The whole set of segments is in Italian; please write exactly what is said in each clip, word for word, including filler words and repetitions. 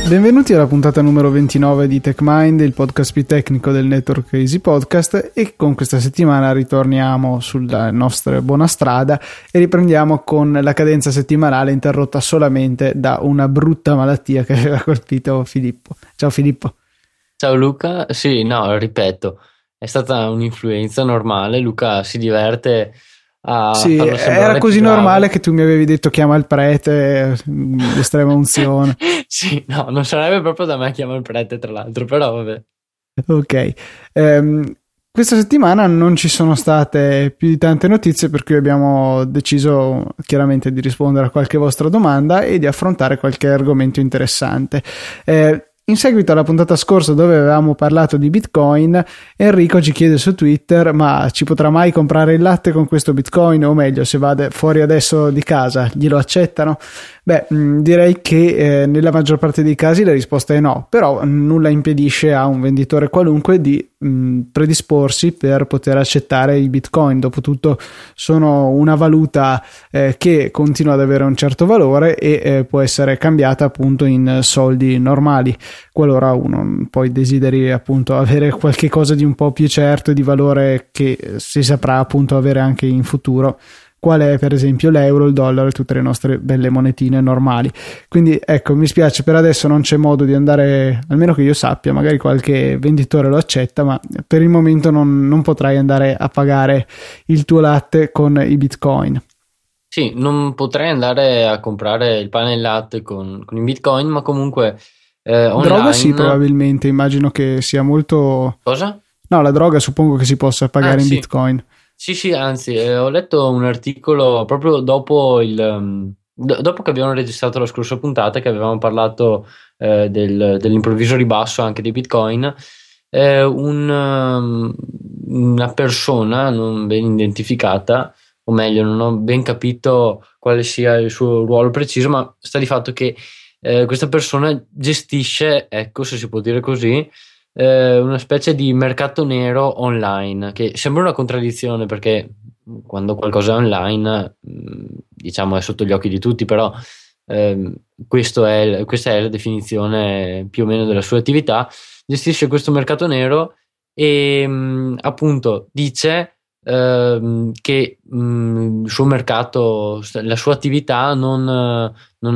Benvenuti alla puntata numero ventinove di TechMind, il podcast più tecnico del network Easy Podcast, e con questa settimana ritorniamo sulla nostra buona strada e riprendiamo con la cadenza settimanale interrotta solamente da una brutta malattia che aveva colpito Filippo. Ciao Filippo. Ciao Luca, sì, no, ripeto, è stata un'influenza normale. Luca si diverte a Sì, farlo sembrare era così più grave. normale che tu mi avevi detto chiama il prete, estrema unzione. Sì, no, non sarebbe proprio da me chiamare il prete, tra l'altro, però vabbè. Ok, ehm, questa settimana non ci sono state più di tante notizie, per cui abbiamo deciso chiaramente di rispondere a qualche vostra domanda e di affrontare qualche argomento interessante. Eh, In seguito alla puntata scorsa, dove avevamo parlato di Bitcoin, Enrico ci chiede su Twitter: ma ci potrà mai comprare il latte con questo Bitcoin? O meglio, se va fuori adesso di casa, glielo accettano? Beh, direi che eh, nella maggior parte dei casi la risposta è no, però nulla impedisce a un venditore qualunque di mh, predisporsi per poter accettare i Bitcoin. Dopotutto sono una valuta eh, che continua ad avere un certo valore e eh, può essere cambiata appunto in soldi normali, qualora uno poi desideri appunto avere qualche cosa di un po' più certo e di valore che si saprà appunto avere anche in futuro, qual è per esempio l'euro, il dollaro e tutte le nostre belle monetine normali. Quindi ecco, mi spiace, per adesso non c'è modo di andare, almeno che io sappia, magari qualche venditore lo accetta, ma per il momento non, non potrai andare a pagare il tuo latte con i Bitcoin. Sì, non potrei andare a comprare il pane e il latte con, con i Bitcoin, ma comunque eh, online... Droga sì, probabilmente, immagino che sia molto... Cosa? No, la droga suppongo che si possa pagare Ah, in sì. Bitcoin. Sì, sì, anzi, eh, ho letto un articolo proprio dopo il, um, do- dopo che abbiamo registrato la scorsa puntata, che avevamo parlato eh, del- dell'improvviso ribasso anche dei Bitcoin. Eh, un, um, una persona non ben identificata, o meglio, non ho ben capito quale sia il suo ruolo preciso, ma sta di fatto che eh, questa persona gestisce, ecco, se si può dire così, eh, una specie di mercato nero online, che sembra una contraddizione perché quando qualcosa è online, mh, diciamo, è sotto gli occhi di tutti, però ehm, questo è, questa è la definizione più o meno della sua attività. Gestisce questo mercato nero e mh, appunto dice ehm, che mh, il suo mercato, la sua attività non, non,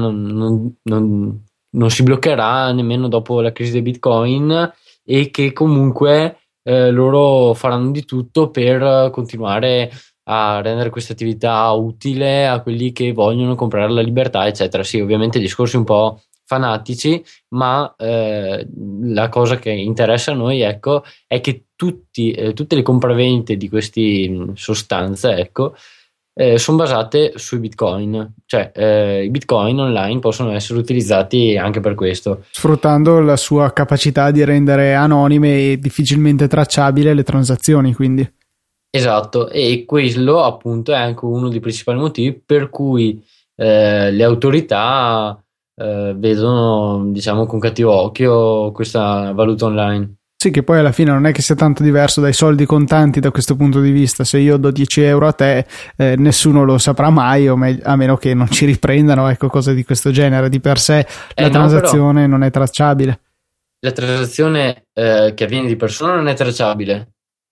non, non, non si bloccherà nemmeno dopo la crisi dei Bitcoin, e che comunque eh, loro faranno di tutto per continuare a rendere questa attività utile a quelli che vogliono comprare la libertà, eccetera. Sì, ovviamente discorsi un po' fanatici, ma eh, la cosa che interessa a noi, ecco, è che tutti, eh, tutte le compravendite di queste sostanze, ecco, eh, sono basate sui Bitcoin, cioè eh, i Bitcoin online possono essere utilizzati anche per questo. Sfruttando la sua capacità di rendere anonime e difficilmente tracciabile le transazioni, quindi. Esatto, e quello appunto è anche uno dei principali motivi per cui eh, le autorità eh, vedono, diciamo, con cattivo occhio questa valuta online. Sì, che poi alla fine non è che sia tanto diverso dai soldi contanti da questo punto di vista. Se io do dieci euro a te, eh, nessuno lo saprà mai, o me- a meno che non ci riprendano, ecco, cose di questo genere. Di per sé la Eh no, transazione però non è tracciabile. la transazione eh, che avviene di persona non è tracciabile.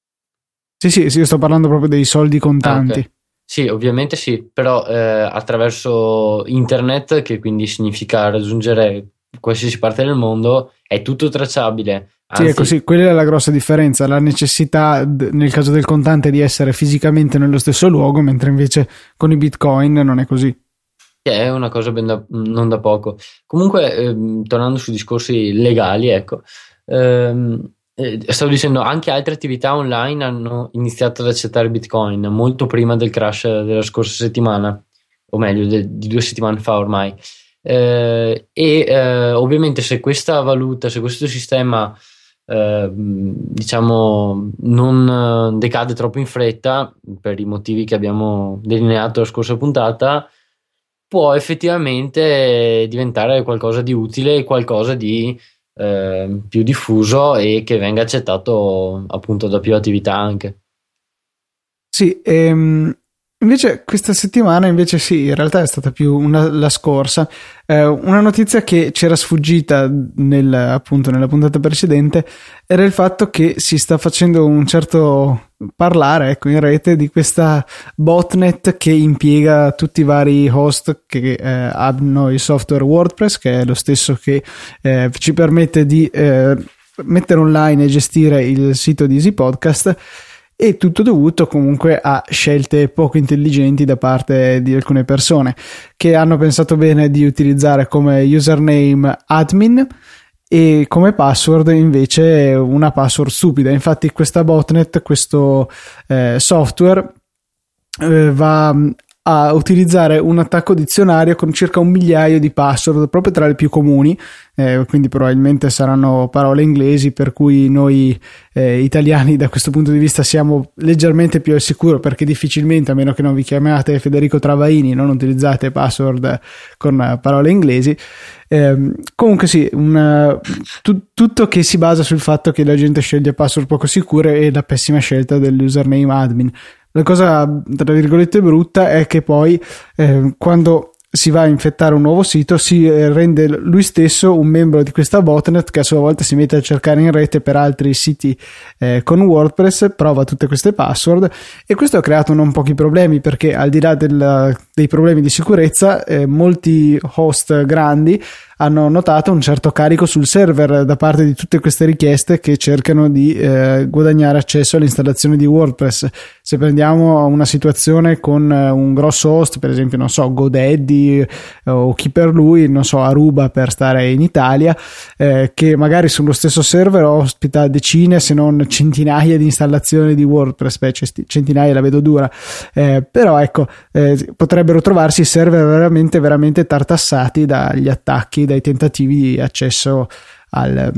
Sì, sì, sì, io sto parlando proprio dei soldi Ah, contanti. ok. Sì, ovviamente sì, però eh, attraverso internet, che quindi significa raggiungere qualsiasi parte del mondo, è tutto tracciabile. Sì, ecco, Anzi, sì, quella è la grossa differenza, la necessità d- nel caso del contante di essere fisicamente nello stesso luogo, mentre invece con i Bitcoin non è così. che è una cosa ben da- non da poco. Comunque, ehm, tornando sui discorsi legali, ecco, ehm, eh, stavo dicendo, anche altre attività online hanno iniziato ad accettare Bitcoin molto prima del crash della scorsa settimana, o meglio, de- di due settimane fa ormai. Eh, e eh, ovviamente se questa valuta, se questo sistema eh, diciamo non eh, decade troppo in fretta per i motivi che abbiamo delineato la scorsa puntata, può effettivamente diventare qualcosa di utile e qualcosa di eh, più diffuso e che venga accettato appunto da più attività anche. Sì, ehm, Invece questa settimana invece sì, in realtà è stata più una, la scorsa, eh, una notizia che c'era sfuggita nel, appunto nella puntata precedente era il fatto che si sta facendo un certo parlare, ecco, in rete di questa botnet che impiega tutti i vari host che eh, hanno il software WordPress, che è lo stesso che eh, ci permette di eh, mettere online e gestire il sito di Easy Podcast. E tutto dovuto comunque a scelte poco intelligenti da parte di alcune persone che hanno pensato bene di utilizzare come username admin e come password invece una password stupida. Infatti questa botnet, questo eh, software eh, va a utilizzare un attacco dizionario con circa un migliaio di password proprio tra le più comuni, eh, quindi probabilmente saranno parole inglesi, per cui noi eh, italiani da questo punto di vista siamo leggermente più al sicuro, perché difficilmente, a meno che non vi chiamiate Federico Travaini, non utilizzate password con parole inglesi. Eh, comunque sì, un, tu, tutto che si basa sul fatto che la gente sceglie password poco sicure e la pessima scelta dell'username admin. La cosa tra virgolette brutta è che poi eh, quando si va a infettare un nuovo sito si eh, rende lui stesso un membro di questa botnet, che a sua volta si mette a cercare in rete per altri siti eh, con WordPress, prova tutte queste password, e questo ha creato non pochi problemi, perché al di là del, dei problemi di sicurezza eh, molti host grandi hanno notato un certo carico sul server da parte di tutte queste richieste che cercano di eh, guadagnare accesso all'installazione di WordPress. Se prendiamo una situazione con un grosso host, per esempio, non so, GoDaddy eh, o chi per lui, non so, Aruba per stare in Italia, eh, che magari sullo stesso server ospita decine se non centinaia di installazioni di WordPress, beh, centinaia la vedo dura, eh, però ecco, eh, potrebbero trovarsi server veramente veramente tartassati dagli attacchi, dai tentativi di accesso al,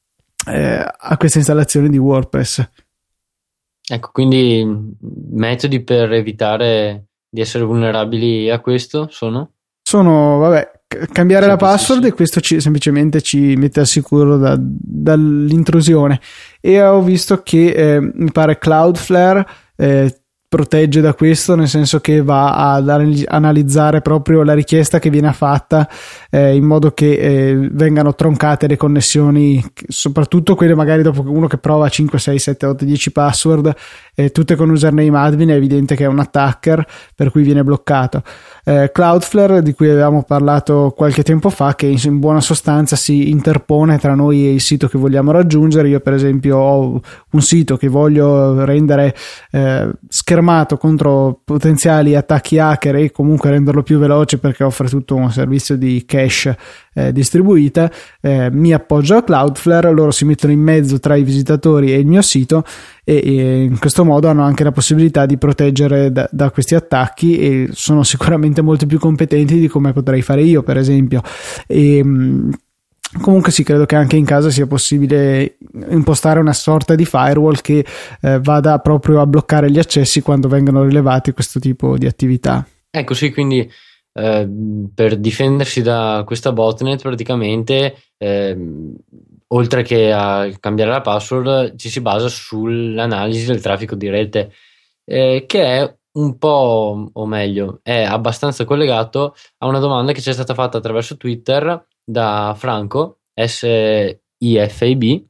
eh, a questa installazione di WordPress. Ecco, quindi metodi per evitare di essere vulnerabili a questo sono? Sono, vabbè, cambiare la password, e questo ci, semplicemente ci mette al sicuro da, dall'intrusione. E ho visto che eh, mi pare Cloudflare eh, protegge da questo, nel senso che va ad analizzare proprio la richiesta che viene fatta eh, in modo che eh, vengano troncate le connessioni, soprattutto quelle magari dopo uno che prova cinque, sei, sette, otto, dieci password, eh, tutte con username admin, è evidente che è un attacker, per cui viene bloccato. eh, Cloudflare, di cui avevamo parlato qualche tempo fa, che in buona sostanza si interpone tra noi e il sito che vogliamo raggiungere. Io per esempio ho un sito che voglio rendere eh, schermato contro potenziali attacchi hacker e comunque renderlo più veloce, perché offre tutto un servizio di cache eh, distribuita, eh, mi appoggio a Cloudflare, loro si mettono in mezzo tra i visitatori e il mio sito, e, e in questo modo hanno anche la possibilità di proteggere da, da questi attacchi, e sono sicuramente molto più competenti di come potrei fare io, per esempio. E comunque sì, credo che anche in casa sia possibile impostare una sorta di firewall che eh, vada proprio a bloccare gli accessi quando vengono rilevati questo tipo di attività. Ecco sì, quindi eh, per difendersi da questa botnet praticamente eh, oltre che a cambiare la password ci si basa sull'analisi del traffico di rete, eh, che è un po', o meglio, è abbastanza collegato a una domanda che ci è stata fatta attraverso Twitter da Franco S I F I B,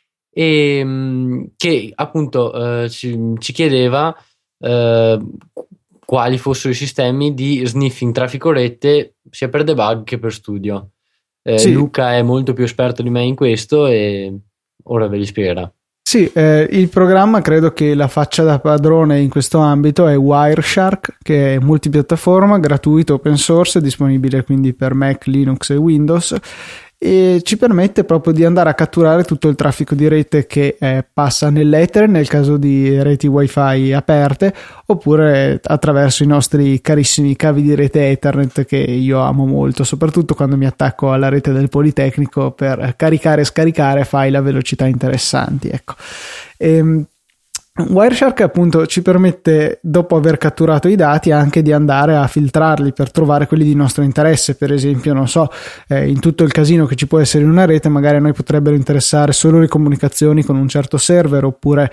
e che appunto eh, ci, ci chiedeva eh, quali fossero i sistemi di sniffing traffico rete sia per debug che per studio. eh, sì. Luca è molto più esperto di me in questo e ora ve li spiegherà. Sì, eh, il programma, credo che la faccia da padrone in questo ambito è Wireshark, che è multipiattaforma, gratuito, open source, disponibile quindi per Mac, Linux e Windows, e ci permette proprio di andare a catturare tutto il traffico di rete che eh, passa nell'etere, nel caso di reti wifi aperte, oppure attraverso i nostri carissimi cavi di rete Ethernet, che io amo molto, soprattutto quando mi attacco alla rete del Politecnico per caricare e scaricare file a velocità interessanti, ecco. E, Wireshark appunto ci permette, dopo aver catturato i dati, anche di andare a filtrarli per trovare quelli di nostro interesse. Per esempio, non so, eh, in tutto il casino che ci può essere in una rete, magari a noi potrebbero interessare solo le comunicazioni con un certo server, oppure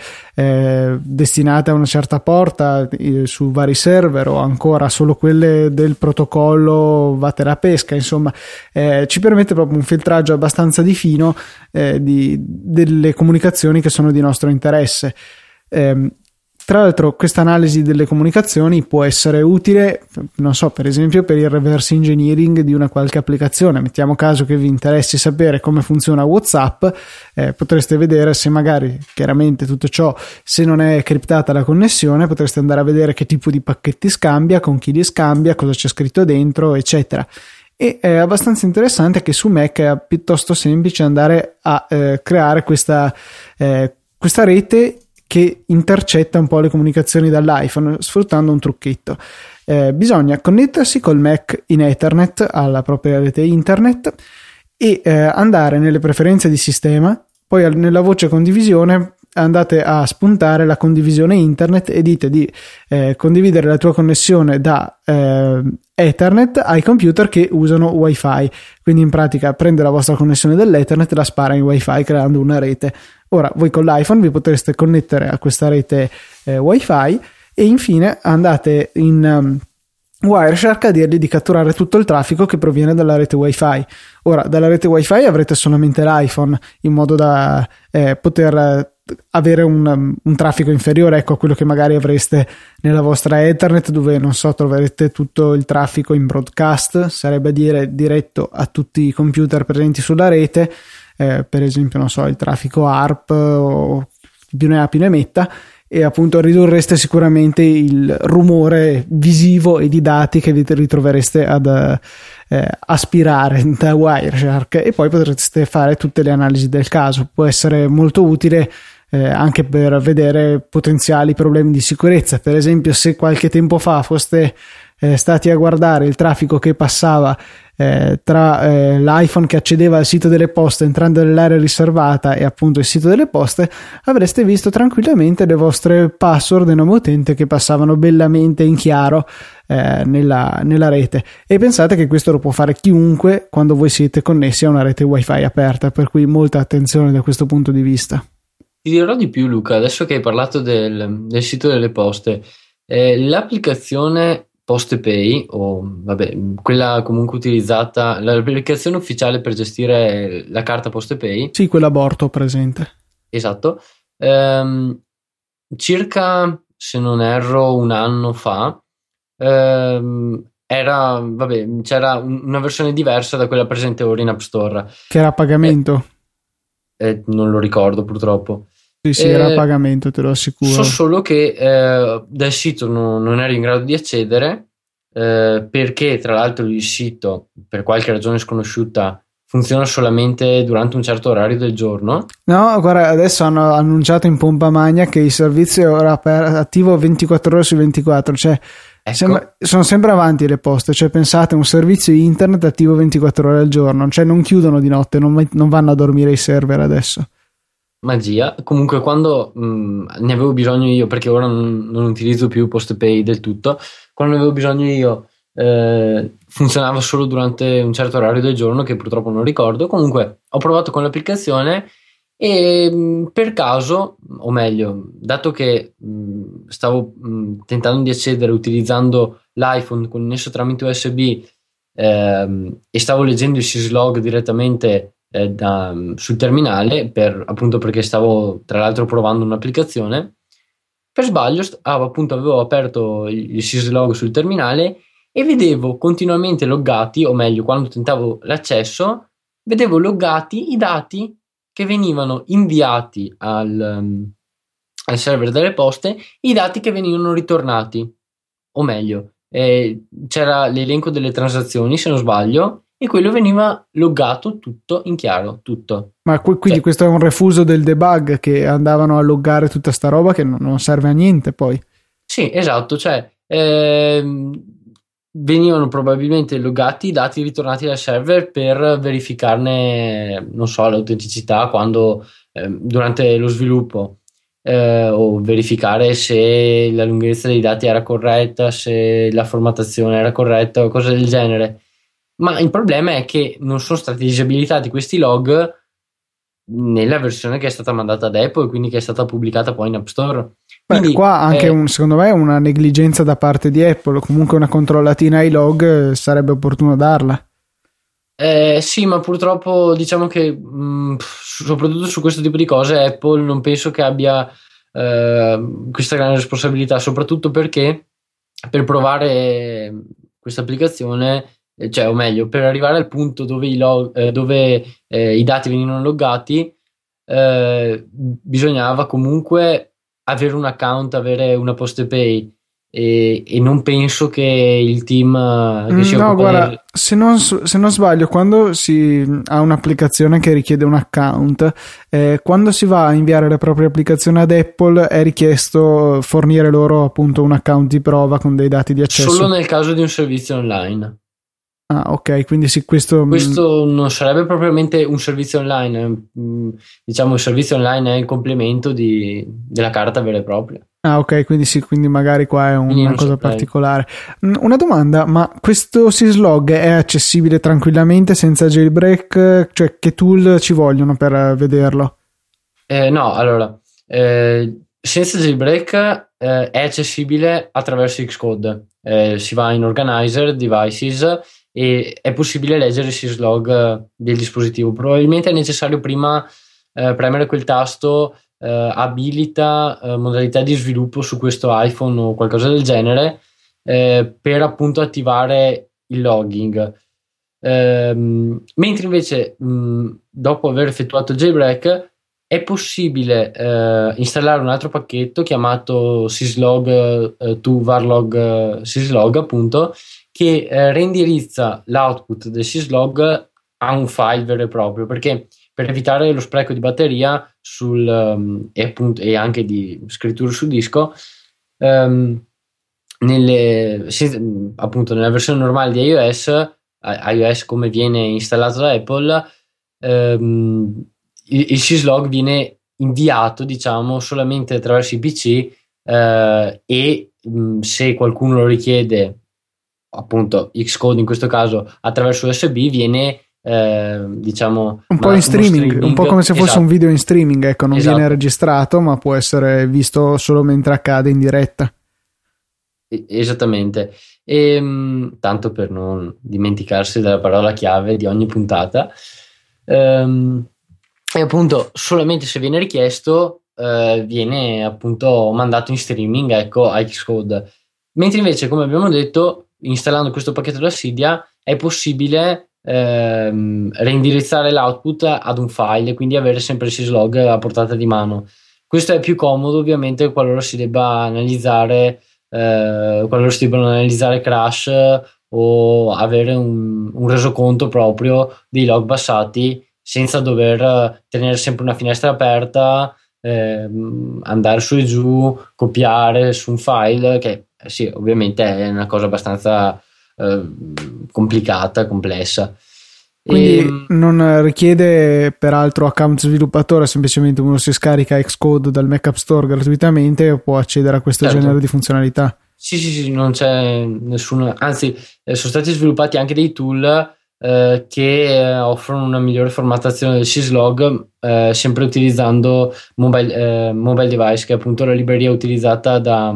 eh, destinate a una certa porta eh, su vari server, o ancora solo quelle del protocollo Vatera Pesca. Insomma, eh, ci permette proprio un filtraggio abbastanza di fino eh, di, delle comunicazioni che sono di nostro interesse. Eh, tra l'altro questa analisi delle comunicazioni può essere utile, non so, per esempio per il reverse engineering di una qualche applicazione. Mettiamo caso che vi interessi sapere come funziona WhatsApp, eh, potreste vedere se magari, chiaramente tutto ciò, se non è criptata la connessione, potreste andare a vedere che tipo di pacchetti scambia, con chi li scambia, cosa c'è scritto dentro, eccetera. E è abbastanza interessante che su Mac è piuttosto semplice andare a eh, creare questa, eh, questa rete che intercetta un po' le comunicazioni dall'iPhone sfruttando un trucchetto. Eh, bisogna connettersi col Mac in Ethernet alla propria rete internet e eh, andare nelle preferenze di sistema, poi nella voce condivisione andate a spuntare la condivisione internet e dite di eh, condividere la tua connessione da eh, Ethernet ai computer che usano Wi-Fi. Quindi in pratica prende la vostra connessione dell'Ethernet e la spara in Wi-Fi creando una rete. Ora voi con l'iPhone vi potreste connettere a questa rete eh, Wi-Fi e infine andate in um, Wireshark a dirgli di catturare tutto il traffico che proviene dalla rete Wi-Fi. Ora dalla rete Wi-Fi avrete solamente l'iPhone, in modo da eh, poter avere un, un traffico inferiore, ecco, a quello che magari avreste nella vostra Ethernet, dove non so, troverete tutto il traffico in broadcast, sarebbe a dire diretto a tutti i computer presenti sulla rete. Eh, per esempio, non so, il traffico A R P o più ne ha più ne metta, e appunto ridurreste sicuramente il rumore visivo e di dati che vi ritrovereste ad eh, aspirare da Wireshark, e poi potreste fare tutte le analisi del caso. Può essere molto utile eh, anche per vedere potenziali problemi di sicurezza. Per esempio, se qualche tempo fa foste eh, stati a guardare il traffico che passava Eh, tra eh, l'iPhone che accedeva al sito delle poste entrando nell'area riservata e appunto il sito delle poste, avreste visto tranquillamente le vostre password e nome utente che passavano bellamente in chiaro eh, nella, nella rete. E pensate che questo lo può fare chiunque quando voi siete connessi a una rete Wi-Fi aperta, per cui molta attenzione da questo punto di vista. Ti dirò di più, Luca, adesso che hai parlato del, del sito delle poste, eh, l'applicazione PostePay, o vabbè, quella comunque utilizzata, l'applicazione ufficiale per gestire la carta PostePay. Sì, quella aborto presente. Esatto. Ehm, circa, se non erro, un anno fa, ehm, era, vabbè, c'era un, una versione diversa da quella presente ora in App Store. Che era a pagamento? Eh, eh, non lo ricordo purtroppo. Sì, sì, eh, era a pagamento, te lo assicuro. So solo che eh, dal sito non, non ero in grado di accedere, eh, perché tra l'altro il sito, per qualche ragione sconosciuta, funziona solamente durante un certo orario del giorno. No, guarda, adesso hanno annunciato in pompa magna che il servizio è ora per, attivo ventiquattro ore su ventiquattro, cioè Ecco. sembra, sono sempre avanti le poste, cioè pensate, un servizio internet attivo ventiquattro ore al giorno, cioè non chiudono di notte, non, non vanno a dormire i server adesso. Magia. Comunque quando mh, ne avevo bisogno io, perché ora non, non utilizzo più PostePay del tutto, quando ne avevo bisogno io eh, funzionava solo durante un certo orario del giorno che purtroppo non ricordo. Comunque ho provato con l'applicazione e mh, per caso, o meglio, dato che mh, stavo mh, tentando di accedere utilizzando l'iPhone connesso tramite U S B ehm, e stavo leggendo il syslog direttamente Eh, da, sul terminale, per, appunto perché stavo tra l'altro provando un'applicazione, per sbaglio st- ah, appunto avevo aperto il, il syslog sul terminale e vedevo continuamente loggati, o meglio quando tentavo l'accesso vedevo loggati i dati che venivano inviati al, um, al server delle poste, i dati che venivano ritornati, o meglio eh, c'era l'elenco delle transazioni se non sbaglio, e quello veniva loggato tutto in chiaro, tutto. Ma qu- quindi cioè, questo è un refuso del debug, che andavano a loggare tutta sta roba che non, non serve a niente poi. Sì, esatto, cioè ehm, venivano probabilmente loggati i dati ritornati dal server per verificarne, non so, l'autenticità quando ehm, durante lo sviluppo. eh, o verificare se la lunghezza dei dati era corretta, se la formattazione era corretta o cose del genere. Ma il problema è che non sono stati disabilitati questi log nella versione che è stata mandata ad Apple, quindi che è stata pubblicata poi in App Store. Beh, Quindi, qua anche eh, un, secondo me una negligenza da parte di Apple, comunque una controllatina ai log eh, sarebbe opportuno darla. Eh, sì, ma purtroppo diciamo che mh, soprattutto su questo tipo di cose Apple non penso che abbia eh, questa grande responsabilità, soprattutto perché per provare questa applicazione, eh, cioè o meglio, per arrivare al punto dove i, log- eh, dove, eh, i dati venivano loggati, eh, bisognava comunque avere un account, avere una PostePay e, e non penso che il team eh, che Mm, si No, occupa guarda, del... se non, s- se non sbaglio, quando si ha un'applicazione che richiede un account, eh, quando si va a inviare la propria applicazione ad Apple è richiesto fornire loro appunto un account di prova con dei dati di Solo accesso. nel caso di un servizio online. Ah, ok, quindi sì, questo... mm, Questo non sarebbe propriamente un servizio online, mm, diciamo il servizio online è il complemento di- della carta vera e propria. Ah, ok, quindi sì, quindi magari qua è Quindi una non cosa saprei. particolare. Mm, Una domanda, ma questo syslog è accessibile tranquillamente senza jailbreak? Cioè, che tool ci vogliono per eh, vederlo? Eh, no, allora, eh, senza jailbreak eh, è accessibile attraverso Xcode. Eh, si va in Organizer, Devices e è possibile leggere il syslog eh, del dispositivo. Probabilmente è necessario prima eh, premere quel tasto eh, abilita eh, modalità di sviluppo su questo iPhone o qualcosa del genere eh, per appunto attivare il logging. Ehm, mentre invece mh, dopo aver effettuato il jailbreak è possibile eh, installare un altro pacchetto chiamato syslog eh, to varlog eh, syslog appunto che eh, reindirizza l'output del syslog a un file vero e proprio perché per evitare lo spreco di batteria sul, um, e, appunto, e anche di scrittura su disco um, nelle, se, appunto nella versione normale di iOS iOS come viene installato da Apple ehm, il, il syslog viene inviato diciamo solamente attraverso i P C eh, e mh, se qualcuno lo richiede appunto Xcode in questo caso attraverso U S B viene eh, diciamo Un po' in mandato uno streaming, un po' come streaming se fosse un esatto, video in streaming, ecco, non viene esatto. registrato, ma può essere visto solo mentre accade in diretta. E- Esattamente, e, mh, tanto per non dimenticarsi della parola chiave di ogni puntata, ehm, e appunto solamente se viene richiesto, eh, viene appunto mandato in streaming, ecco, a Xcode. Mentre invece, come abbiamo detto, installando questo pacchetto da Cydia è possibile ehm, reindirizzare l'output ad un file e quindi avere sempre il syslog a portata di mano. Questo è più comodo, ovviamente, qualora si debba analizzare eh, quando si devono analizzare crash o avere un, un resoconto proprio dei log passati senza dover eh, tenere sempre una finestra aperta, ehm, andare su e giù, copiare su un file che eh, sì, ovviamente è una cosa abbastanza eh, complicata, complessa. Quindi E, non richiede peraltro account sviluppatore, semplicemente uno si scarica Xcode dal Mac App Store gratuitamente e può accedere a questo genere certo. di funzionalità. Sì, sì, sì, non c'è nessuno, anzi, eh, sono stati sviluppati anche dei tool eh, che eh, offrono una migliore formattazione del syslog, eh, sempre utilizzando mobile, eh, mobile device, che è appunto la libreria utilizzata da,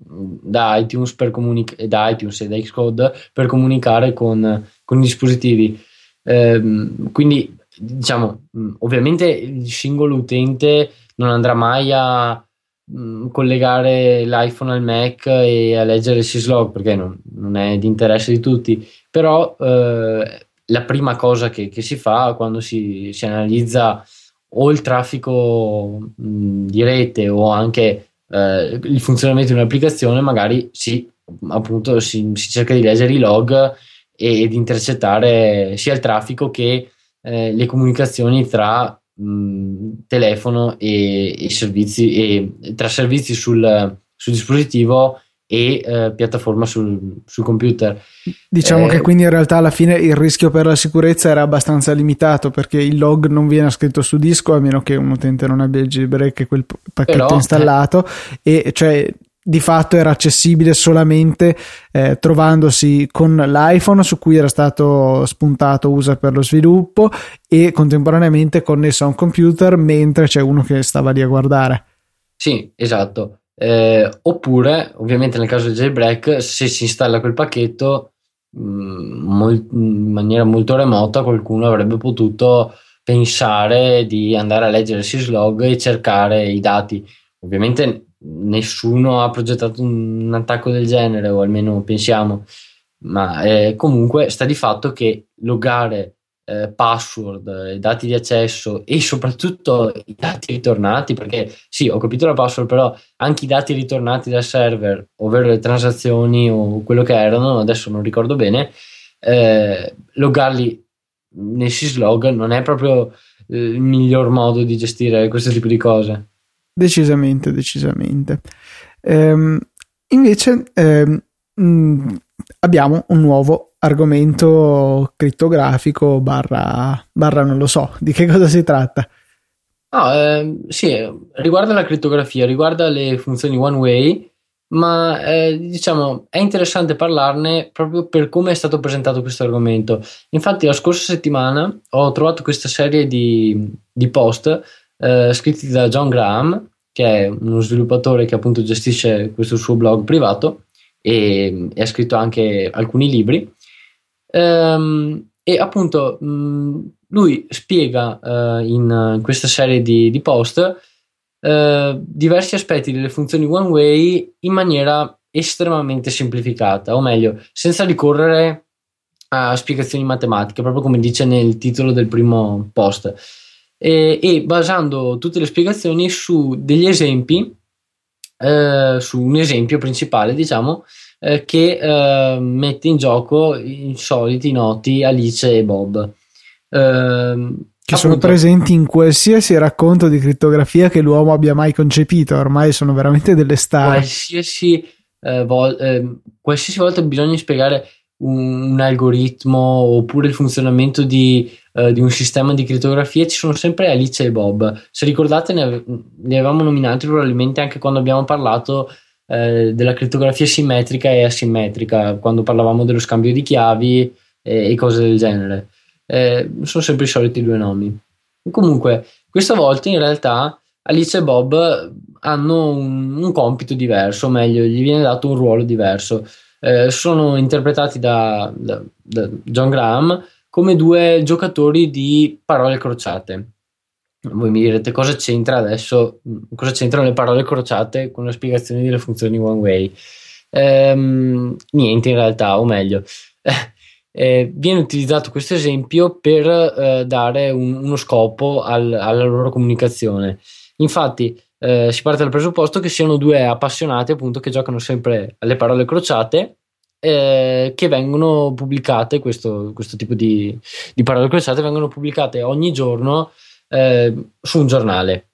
da iTunes per comunicare, da iTunes e da Xcode per comunicare con, con i dispositivi. Ehm, quindi, diciamo, mh, ovviamente il singolo utente non andrà mai a mh, collegare l'iPhone al Mac e a leggere il syslog perché non, non è di interesse di tutti, però eh, la prima cosa che, che si fa quando si, si analizza o il traffico mh, di rete o anche eh, il funzionamento di un'applicazione, magari si, appunto, si, si cerca di leggere i log e, e di intercettare sia il traffico che eh, le comunicazioni tra mh, telefono e, e servizi e tra servizi sul, sul dispositivo e eh, piattaforma sul, sul computer. Diciamo eh, che quindi in realtà alla fine il rischio per la sicurezza era abbastanza limitato, perché il log non viene scritto su disco a meno che un utente non abbia il jailbreak e quel pacchetto però, installato, e cioè di fatto era accessibile solamente eh, trovandosi con l'iPhone su cui era stato spuntato usa per lo sviluppo e contemporaneamente connesso a un computer mentre c'è uno che stava lì a guardare. Sì, esatto. Eh, oppure, ovviamente, nel caso del jailbreak, se si installa quel pacchetto mh, mol- in maniera molto remota, qualcuno avrebbe potuto pensare di andare a leggere il syslog e cercare i dati. Ovviamente nessuno ha progettato un, un attacco del genere, o almeno pensiamo, ma eh, comunque sta di fatto che loggare eh, password, eh, dati di accesso e soprattutto i dati ritornati, perché sì, ho capito la password, però anche i dati ritornati dal server, ovvero le transazioni o quello che erano, adesso non ricordo bene, eh, loggarli nel syslog non è proprio eh, il miglior modo di gestire questo tipo di cose. Decisamente, decisamente. Ehm, invece ehm, mh, abbiamo un nuovo argomento crittografico barra, barra non lo so di che cosa si tratta. No, ehm, sì, riguarda la crittografia, riguarda le funzioni one way, ma eh, diciamo è interessante parlarne proprio per come è stato presentato questo argomento. Infatti, la scorsa settimana ho trovato questa serie di, di post eh, scritti da John Graham, che è uno sviluppatore che appunto gestisce questo suo blog privato e, e ha scritto anche alcuni libri. Ehm, e appunto mh, lui spiega eh, in, in questa serie di, di post eh, diversi aspetti delle funzioni one way in maniera estremamente semplificata, o meglio, senza ricorrere a spiegazioni matematiche, proprio come dice nel titolo del primo post, e, e basando tutte le spiegazioni su degli esempi, eh, su un esempio principale, diciamo, eh, che eh, mette in gioco i soliti noti Alice e Bob. Ehm, Che sono appunto, presenti in qualsiasi racconto di crittografia che l'uomo abbia mai concepito, ormai sono veramente delle star. qualsiasi, eh, vol- eh, qualsiasi volta bisogna spiegare un, un algoritmo oppure il funzionamento di, eh, di un sistema di crittografia, ci sono sempre Alice e Bob. Se ricordate, ne, ave- ne avevamo nominati probabilmente anche quando abbiamo parlato eh, della crittografia simmetrica e asimmetrica, quando parlavamo dello scambio di chiavi e, e cose del genere. Eh, sono sempre i soliti due nomi. Comunque, questa volta in realtà Alice e Bob hanno un, un compito diverso, o meglio, gli viene dato un ruolo diverso. Eh, sono interpretati da, da, da John Graham come due giocatori di parole crociate. Voi mi direte cosa c'entra adesso, cosa c'entrano le parole crociate con la spiegazione delle funzioni one way? Ehm, niente in realtà, o meglio, eh, viene utilizzato questo esempio per eh, dare un- uno scopo al- alla loro comunicazione. Infatti, eh, si parte dal presupposto che siano due appassionati, appunto, che giocano sempre alle parole crociate, eh, che vengono pubblicate, questo, questo tipo di, di parole crociate vengono pubblicate ogni giorno eh, su un giornale.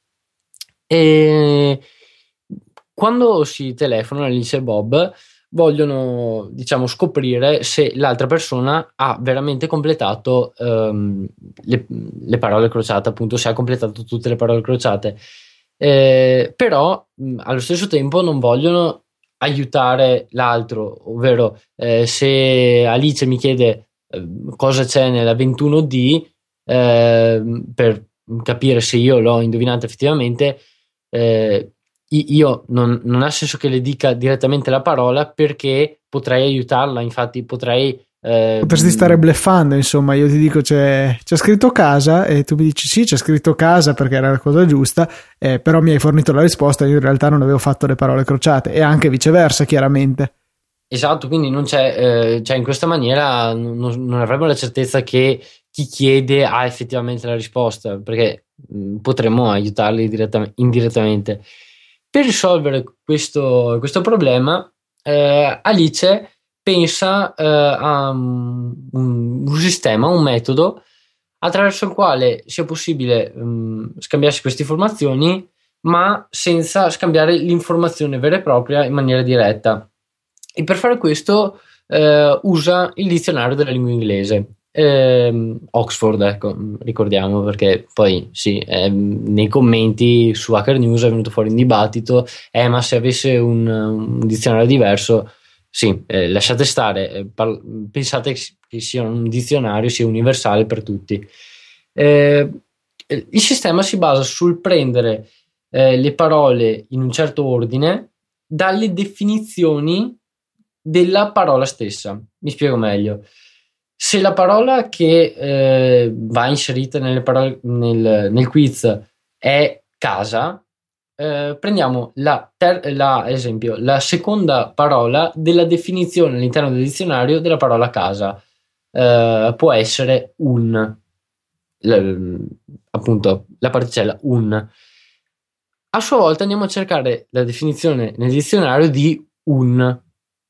E quando si telefonano Alice e Bob vogliono, diciamo, scoprire se l'altra persona ha veramente completato ehm, le, le parole crociate, appunto, se ha completato tutte le parole crociate. Eh, però mh, allo stesso tempo non vogliono aiutare l'altro, ovvero eh, se Alice mi chiede eh, cosa c'è nella ventuno D, eh, per capire se io l'ho indovinato effettivamente, eh, io non, non ha senso che le dica direttamente la parola, perché potrei aiutarla, infatti potrei eh, Potresti stare bleffando, insomma, io ti dico c'è, c'è scritto casa e tu mi dici sì, c'è scritto casa perché era la cosa giusta, eh, però mi hai fornito la risposta, io in realtà non avevo fatto le parole crociate, e anche viceversa, chiaramente. esatto, quindi non c'è, eh, cioè in questa maniera non, non avremo la certezza che chi chiede ha effettivamente la risposta, perché mh, potremmo aiutarli diretta- indirettamente. Per risolvere questo, questo problema, eh, Alice pensa eh, a un, un- un sistema, un metodo attraverso il quale sia possibile mh, scambiarsi queste informazioni, ma senza scambiare l'informazione vera e propria in maniera diretta. e per fare questo eh, usa il dizionario della lingua inglese. Ehm, Oxford, ecco, ricordiamo, perché poi sì, ehm, nei commenti su Hacker News è venuto fuori un dibattito, eh, ma se avesse un, un dizionario diverso, sì, eh, lasciate stare, eh, par- pensate che sia un dizionario, sia universale per tutti. Eh, il sistema si basa sul prendere eh, le parole in un certo ordine dalle definizioni della parola stessa. Mi spiego meglio. Se la parola che eh, va inserita nelle parole, nel, nel quiz è casa, eh, prendiamo la, ter- la, esempio, la seconda parola della definizione all'interno del dizionario della parola casa. Eh, può essere un, l- appunto, la particella un. A sua volta andiamo a cercare la definizione nel dizionario di un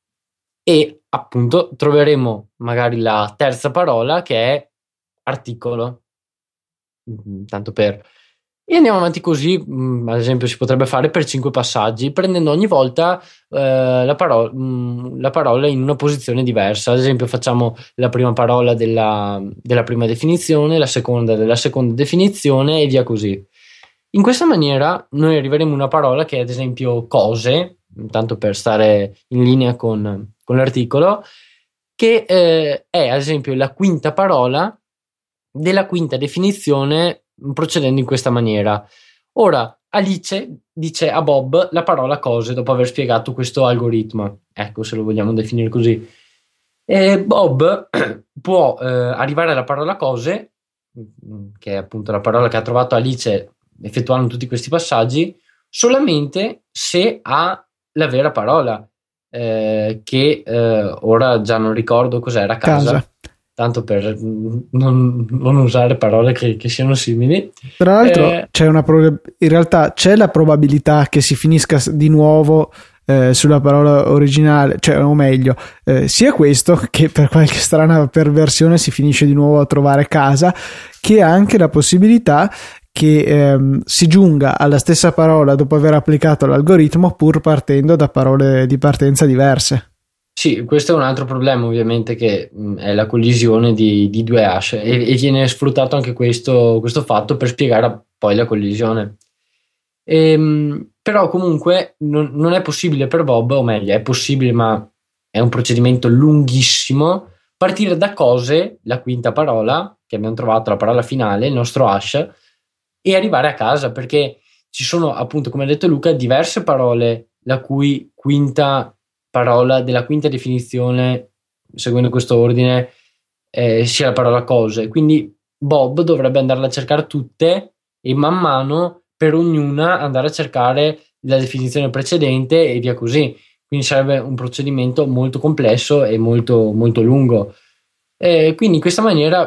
e appunto troveremo magari la terza parola che è articolo, mm, tanto per... E andiamo avanti così, mm, ad esempio si potrebbe fare per cinque passaggi, prendendo ogni volta eh, la, paro- mm, la parola in una posizione diversa. Ad esempio facciamo la prima parola della, della prima definizione, la seconda della seconda definizione e via così. In questa maniera noi arriveremo a una parola che è ad esempio cose, tanto per stare in linea con, con l'articolo, che eh, è ad esempio la quinta parola della quinta definizione procedendo in questa maniera. Ora Alice dice a Bob la parola cose dopo aver spiegato questo algoritmo, ecco, se lo vogliamo definire così. E Bob può eh, arrivare alla parola cose, che è appunto la parola che ha trovato Alice effettuando tutti questi passaggi, solamente se ha la vera parola, eh, che eh, ora già non ricordo cos'era, casa, Casa. tanto per non, non usare parole che, che siano simili. Tra l'altro, Eh, c'è una pro- in realtà c'è la probabilità che si finisca s- di nuovo eh, sulla parola originale, cioè, o meglio, eh, sia questo che per qualche strana perversione si finisce di nuovo a trovare casa, che anche la possibilità che ehm, si giunga alla stessa parola dopo aver applicato l'algoritmo pur partendo da parole di partenza diverse. Sì, questo è un altro problema ovviamente che mh, è la collisione di, di due hash e, e viene sfruttato anche questo, questo fatto per spiegare poi la collisione. Ehm, però comunque non, non è possibile per Bob, o meglio, è possibile ma è un procedimento lunghissimo, partire da cose, la quinta parola, che abbiamo trovato, la parola finale, il nostro hash, e arrivare a casa perché ci sono appunto, come ha detto Luca, diverse parole la cui quinta parola della quinta definizione, seguendo questo ordine, eh, sia la parola cose. Quindi Bob dovrebbe andarle a cercare tutte e man mano per ognuna andare a cercare la definizione precedente e via così. Quindi sarebbe un procedimento molto complesso e molto, molto lungo. E quindi in questa maniera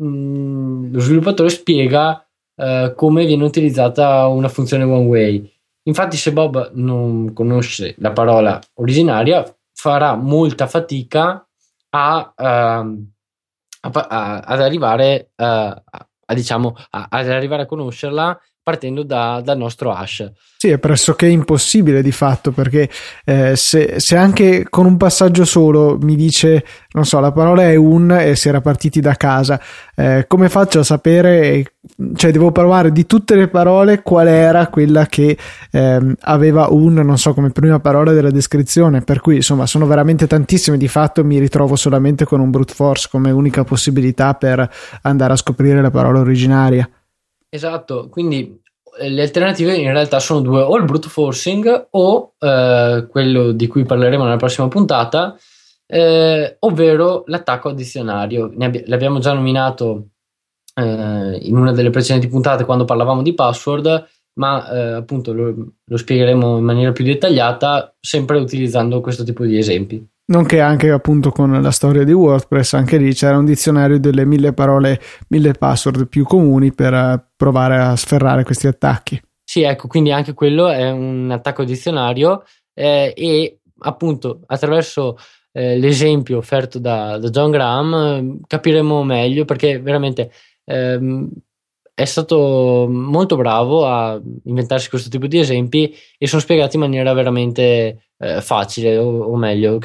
mh, lo sviluppatore spiega eh, come viene utilizzata una funzione one way. Infatti, se Bob non conosce la parola originaria, farà molta fatica a, ehm, a- a- ad arrivare, eh, a, a, diciamo, a- ad arrivare a conoscerla partendo da- dal nostro hash. Sì, è pressoché impossibile di fatto, perché eh, se, se anche con un passaggio solo mi dice, non so, la parola è un e si era partiti da casa, eh, come faccio a sapere, cioè devo provare di tutte le parole qual era quella che ehm, aveva un, non so, come prima parola della descrizione, per cui insomma sono veramente tantissime, di fatto mi ritrovo solamente con un brute force come unica possibilità per andare a scoprire la parola originaria. Esatto, quindi eh, le alternative in realtà sono due, o il brute forcing o eh, quello di cui parleremo nella prossima puntata, eh, ovvero l'attacco addizionario. Ne abbi- l'abbiamo già nominato eh, in una delle precedenti puntate quando parlavamo di password, ma eh, appunto lo, lo spiegheremo in maniera più dettagliata, sempre utilizzando questo tipo di esempi. Nonché anche appunto con la storia di WordPress, anche lì c'era un dizionario delle mille parole, mille password più comuni per eh, provare a sferrare questi attacchi. Sì, ecco, quindi anche quello è un attacco addizionario eh, e appunto attraverso eh, l'esempio offerto da, da John Graham eh, capiremo meglio perché veramente ehm, è stato molto bravo a inventarsi questo tipo di esempi e sono spiegati in maniera veramente eh, facile o, o meglio, che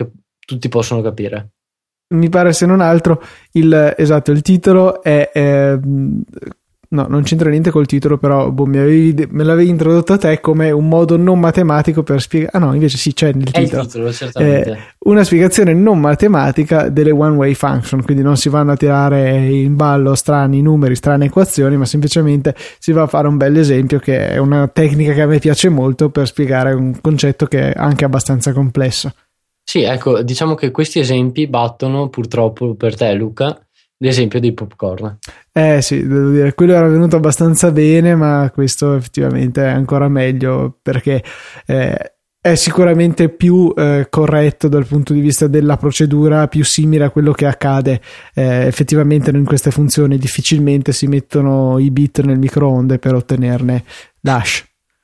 tutti possono capire. Mi pare, se non altro, il esatto, il titolo è, è no, non c'entra niente col titolo, però boh, mi avevi, me l'avevi introdotto a te come un modo non matematico per spiegare. Ah no, invece sì, c'è nel titolo. È il titolo, certamente. Eh, una spiegazione non matematica delle one way function, quindi non si vanno a tirare in ballo strani numeri, strane equazioni, ma semplicemente si va a fare un bel esempio, che è una tecnica che a me piace molto per spiegare un concetto che è anche abbastanza complesso. Sì, ecco, diciamo che questi esempi battono purtroppo per te, Luca, l'esempio dei popcorn. Eh sì, devo dire, quello era venuto abbastanza bene, ma questo effettivamente è ancora meglio, perché eh, è sicuramente più eh, corretto dal punto di vista della procedura, più simile a quello che accade eh, effettivamente in queste funzioni. Difficilmente si mettono i bit nel microonde per ottenerne l'hash.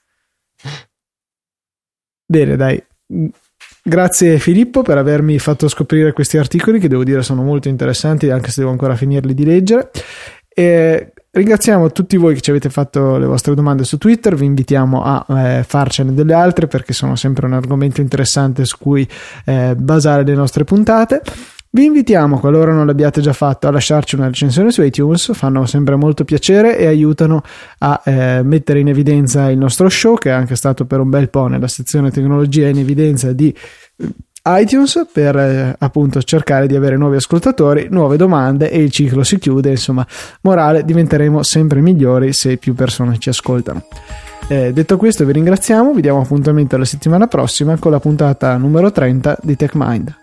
Bene, dai. Grazie Filippo per avermi fatto scoprire questi articoli, che devo dire sono molto interessanti, anche se devo ancora finirli di leggere. E ringraziamo tutti voi che ci avete fatto le vostre domande su Twitter. Vi invitiamo a eh, farcene delle altre, perché sono sempre un argomento interessante su cui eh, basare le nostre puntate. Vi invitiamo, qualora non l'abbiate già fatto, a lasciarci una recensione su iTunes, fanno sempre molto piacere e aiutano a eh, mettere in evidenza il nostro show, che è anche stato per un bel po' nella sezione tecnologia in evidenza di iTunes, per eh, appunto cercare di avere nuovi ascoltatori, nuove domande, e il ciclo si chiude. Insomma, morale, diventeremo sempre migliori se più persone ci ascoltano. Eh, detto questo, vi ringraziamo, vi diamo appuntamento alla settimana prossima con la puntata numero trenta di TechMind.